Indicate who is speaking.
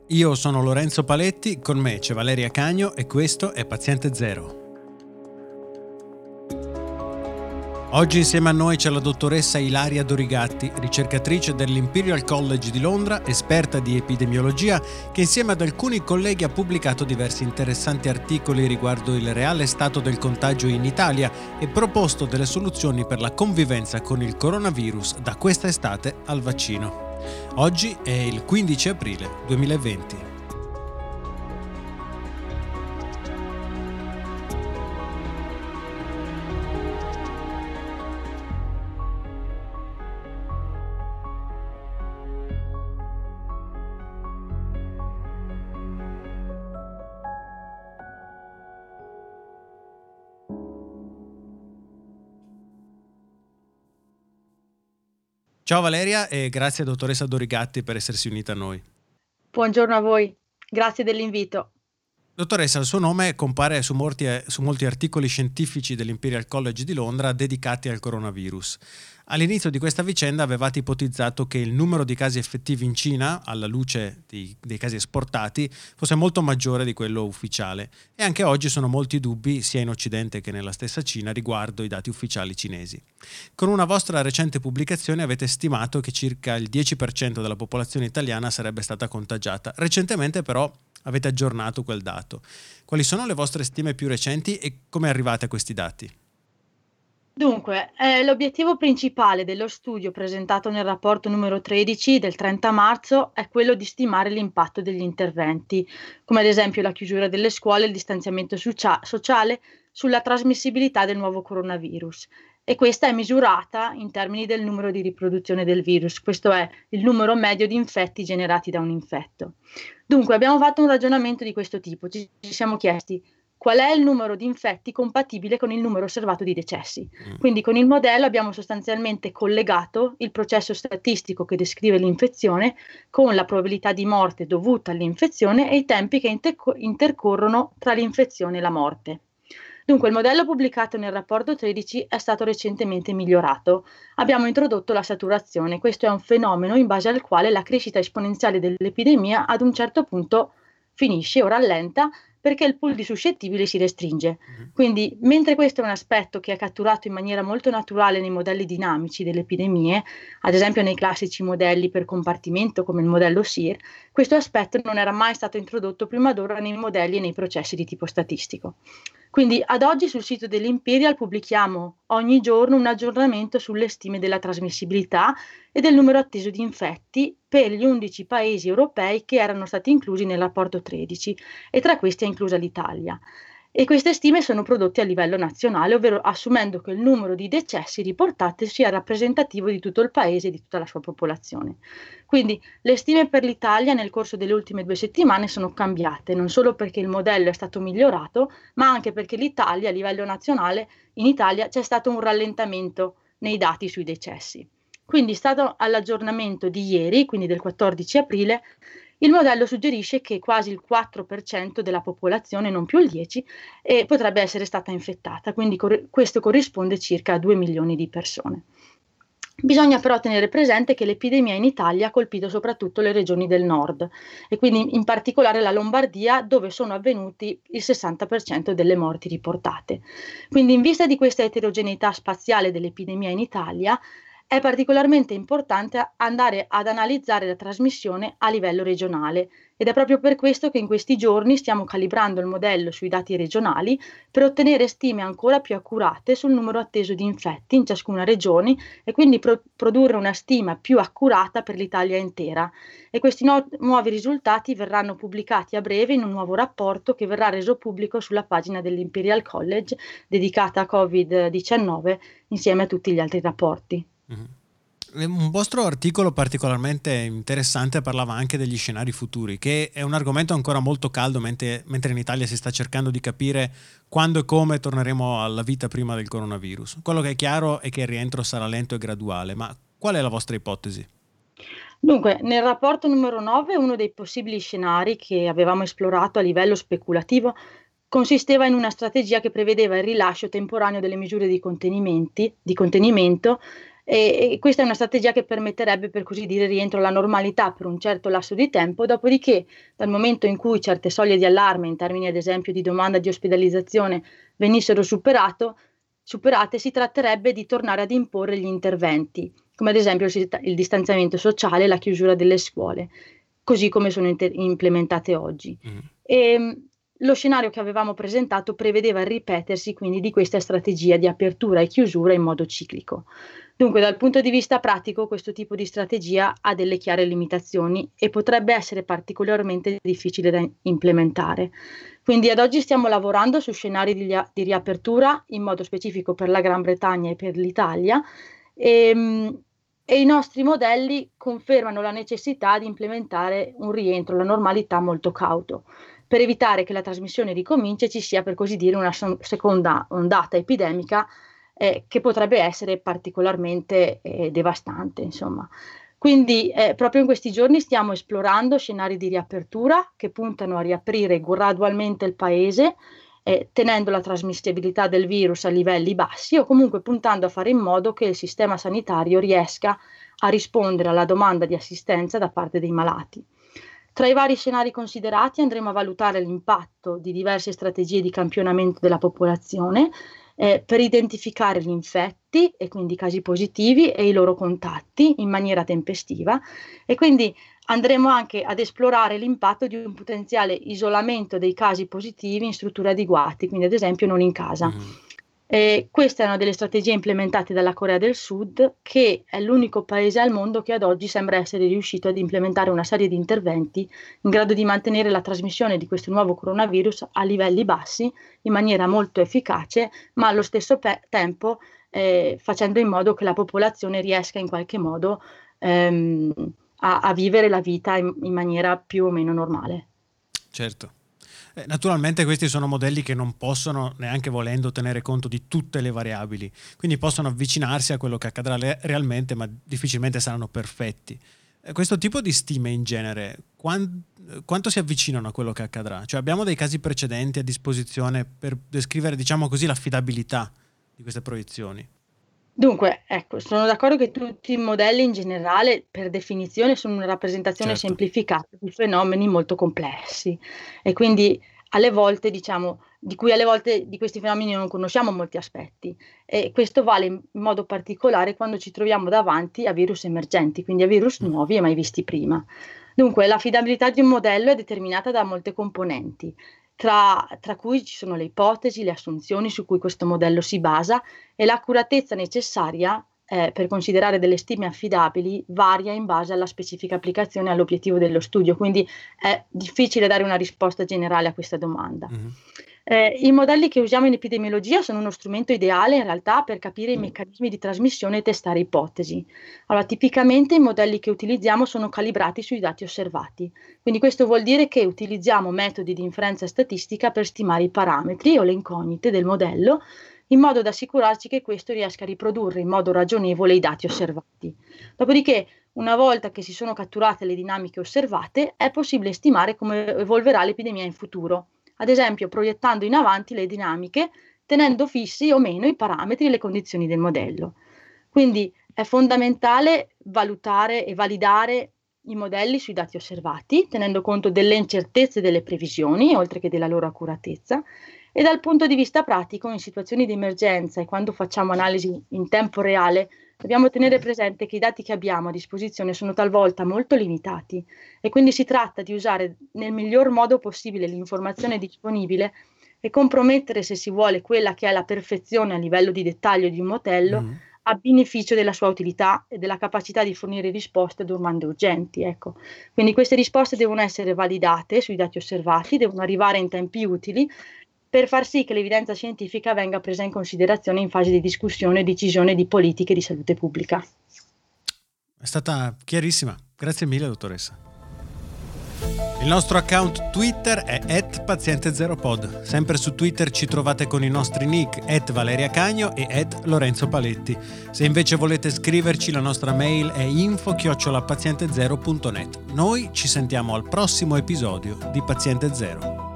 Speaker 1: Io sono Lorenzo Paletti, con me c'è Valeria Cagno e questo è Paziente Zero. Oggi insieme a noi c'è la dottoressa Ilaria Dorigatti, ricercatrice dell'Imperial College di Londra, esperta di epidemiologia, che insieme ad alcuni colleghi ha pubblicato diversi interessanti articoli riguardo il reale stato del contagio in Italia e proposto delle soluzioni per la convivenza con il coronavirus da questa estate al vaccino. Oggi è il 15 aprile 2020. Ciao Valeria e grazie dottoressa Dorigatti per essersi unita a noi.
Speaker 2: Buongiorno a voi, grazie dell'invito.
Speaker 1: Dottoressa, il suo nome compare su molti articoli scientifici dell'Imperial College di Londra dedicati al coronavirus. All'inizio di questa vicenda avevate ipotizzato che il numero di casi effettivi in Cina, alla luce dei casi esportati, fosse molto maggiore di quello ufficiale. E anche oggi sono molti dubbi, sia in Occidente che nella stessa Cina, riguardo i dati ufficiali cinesi. Con una vostra recente pubblicazione avete stimato che circa il 10% della popolazione italiana sarebbe stata contagiata. Recentemente però avete aggiornato quel dato. Quali sono le vostre stime più recenti e come arrivate a questi dati?
Speaker 2: Dunque, l'obiettivo principale dello studio presentato nel rapporto numero 13 del 30 marzo è quello di stimare l'impatto degli interventi, come ad esempio la chiusura delle scuole e il distanziamento sociale sulla trasmissibilità del nuovo coronavirus. E questa è misurata in termini del numero di riproduzione del virus, questo è il numero medio di infetti generati da un infetto. Dunque, abbiamo fatto un ragionamento di questo tipo, ci siamo chiesti qual è il numero di infetti compatibile con il numero osservato di decessi. Quindi con il modello abbiamo sostanzialmente collegato il processo statistico che descrive l'infezione con la probabilità di morte dovuta all'infezione e i tempi che intercorrono tra l'infezione e la morte. Dunque, il modello pubblicato nel rapporto 13 è stato recentemente migliorato. Abbiamo introdotto la saturazione. Questo è un fenomeno in base al quale la crescita esponenziale dell'epidemia ad un certo punto finisce o rallenta perché il pool di suscettibili si restringe. Quindi, mentre questo è un aspetto che è catturato in maniera molto naturale nei modelli dinamici delle epidemie, ad esempio nei classici modelli per compartimento come il modello SIR, questo aspetto non era mai stato introdotto prima d'ora nei modelli e nei processi di tipo statistico. Quindi ad oggi sul sito dell'Imperial pubblichiamo ogni giorno un aggiornamento sulle stime della trasmissibilità e del numero atteso di infetti per gli 11 paesi europei che erano stati inclusi nel rapporto 13 e tra questi è inclusa l'Italia. E queste stime sono prodotte a livello nazionale, ovvero assumendo che il numero di decessi riportati sia rappresentativo di tutto il paese e di tutta la sua popolazione. Quindi le stime per l'Italia nel corso delle ultime 2 settimane sono cambiate, non solo perché il modello è stato migliorato, ma anche perché l'Italia, a livello nazionale, in Italia c'è stato un rallentamento nei dati sui decessi. Quindi, stato all'aggiornamento di ieri, quindi del 14 aprile, il modello suggerisce che quasi il 4% della popolazione, non più il 10%, potrebbe essere stata infettata, quindi questo corrisponde circa a 2 milioni di persone. Bisogna però tenere presente che l'epidemia in Italia ha colpito soprattutto le regioni del nord e quindi in particolare la Lombardia, dove sono avvenuti il 60% delle morti riportate. Quindi in vista di questa eterogeneità spaziale dell'epidemia in Italia, è particolarmente importante andare ad analizzare la trasmissione a livello regionale ed è proprio per questo che in questi giorni stiamo calibrando il modello sui dati regionali per ottenere stime ancora più accurate sul numero atteso di infetti in ciascuna regione e quindi produrre una stima più accurata per l'Italia intera. E questi nuovi risultati verranno pubblicati a breve in un nuovo rapporto che verrà reso pubblico sulla pagina dell'Imperial College dedicata a Covid-19 insieme a tutti gli altri rapporti.
Speaker 1: Un vostro articolo particolarmente interessante parlava anche degli scenari futuri, che è un argomento ancora molto caldo mentre in Italia si sta cercando di capire quando e come torneremo alla vita prima del coronavirus. Quello che è chiaro è che il rientro sarà lento e graduale, ma qual è la vostra ipotesi?
Speaker 2: Dunque, nel rapporto numero 9, uno dei possibili scenari che avevamo esplorato a livello speculativo consisteva in una strategia che prevedeva il rilascio temporaneo delle misure di contenimento E questa è una strategia che permetterebbe, per così dire, rientro alla normalità per un certo lasso di tempo, dopodiché dal momento in cui certe soglie di allarme, in termini ad esempio di domanda di ospedalizzazione, venissero superate, si tratterebbe di tornare ad imporre gli interventi, come ad esempio il distanziamento sociale e la chiusura delle scuole, così come sono implementate oggi. E lo scenario che avevamo presentato prevedeva il ripetersi quindi di questa strategia di apertura e chiusura in modo ciclico. Dunque, dal punto di vista pratico, questo tipo di strategia ha delle chiare limitazioni e potrebbe essere particolarmente difficile da implementare. Quindi ad oggi stiamo lavorando su scenari di riapertura, in modo specifico per la Gran Bretagna e per l'Italia, e i nostri modelli confermano la necessità di implementare un rientro alla normalità molto cauto, per evitare che la trasmissione ricominci e ci sia, per così dire, una seconda ondata epidemica che potrebbe essere particolarmente devastante, insomma. Quindi proprio in questi giorni stiamo esplorando scenari di riapertura che puntano a riaprire gradualmente il paese, tenendo la trasmissibilità del virus a livelli bassi o comunque puntando a fare in modo che il sistema sanitario riesca a rispondere alla domanda di assistenza da parte dei malati. Tra i vari scenari considerati andremo a valutare l'impatto di diverse strategie di campionamento della popolazione per identificare gli infetti e quindi i casi positivi e i loro contatti in maniera tempestiva, e quindi andremo anche ad esplorare l'impatto di un potenziale isolamento dei casi positivi in strutture adeguate, quindi ad esempio non in casa. Questa è una delle strategie implementate dalla Corea del Sud, che è l'unico paese al mondo che ad oggi sembra essere riuscito ad implementare una serie di interventi in grado di mantenere la trasmissione di questo nuovo coronavirus a livelli bassi in maniera molto efficace, ma allo stesso tempo facendo in modo che la popolazione riesca in qualche modo a vivere la vita in maniera più o meno normale.
Speaker 1: Certo. Naturalmente questi sono modelli che non possono, neanche volendo, tenere conto di tutte le variabili, quindi possono avvicinarsi a quello che accadrà realmente, ma difficilmente saranno perfetti. Questo tipo di stime in genere, quanto si avvicinano a quello che accadrà? Cioè abbiamo dei casi precedenti a disposizione per descrivere, diciamo così, l'affidabilità di queste proiezioni?
Speaker 2: Dunque, ecco, sono d'accordo che tutti i modelli in generale, per definizione, sono una rappresentazione semplificata di fenomeni molto complessi, e quindi alle volte, diciamo, di questi fenomeni non conosciamo molti aspetti, e questo vale in modo particolare quando ci troviamo davanti a virus emergenti, quindi a virus nuovi e mai visti prima. Dunque, l'affidabilità di un modello è determinata da molte componenti, tra cui ci sono le ipotesi, le assunzioni su cui questo modello si basa, e l'accuratezza necessaria per considerare delle stime affidabili varia in base alla specifica applicazione e all'obiettivo dello studio, quindi è difficile dare una risposta generale a questa domanda. I modelli che usiamo in epidemiologia sono uno strumento ideale in realtà per capire i meccanismi di trasmissione e testare ipotesi. Allora, tipicamente i modelli che utilizziamo sono calibrati sui dati osservati, quindi questo vuol dire che utilizziamo metodi di inferenza statistica per stimare i parametri o le incognite del modello, in modo da assicurarci che questo riesca a riprodurre in modo ragionevole i dati osservati. Dopodiché, una volta che si sono catturate le dinamiche osservate, è possibile stimare come evolverà l'epidemia in futuro, ad esempio proiettando in avanti le dinamiche, tenendo fissi o meno i parametri e le condizioni del modello. Quindi è fondamentale valutare e validare i modelli sui dati osservati, tenendo conto delle incertezze delle previsioni, oltre che della loro accuratezza, e dal punto di vista pratico, in situazioni di emergenza e quando facciamo analisi in tempo reale, dobbiamo tenere presente che i dati che abbiamo a disposizione sono talvolta molto limitati, e quindi si tratta di usare nel miglior modo possibile l'informazione disponibile e compromettere, se si vuole, quella che è la perfezione a livello di dettaglio di un modello a beneficio della sua utilità e della capacità di fornire risposte a domande urgenti. Ecco. Quindi queste risposte devono essere validate sui dati osservati, devono arrivare in tempi utili, per far sì che l'evidenza scientifica venga presa in considerazione in fase di discussione e decisione di politiche di salute pubblica.
Speaker 1: È stata chiarissima. Grazie mille, dottoressa. Il nostro account Twitter è @paziente0pod. Sempre su Twitter ci trovate con i nostri nick @Valeria Cagno e @Lorenzo Paletti. Se invece volete scriverci, la nostra mail è info@paziente0.net. Noi ci sentiamo al prossimo episodio di Paziente Zero.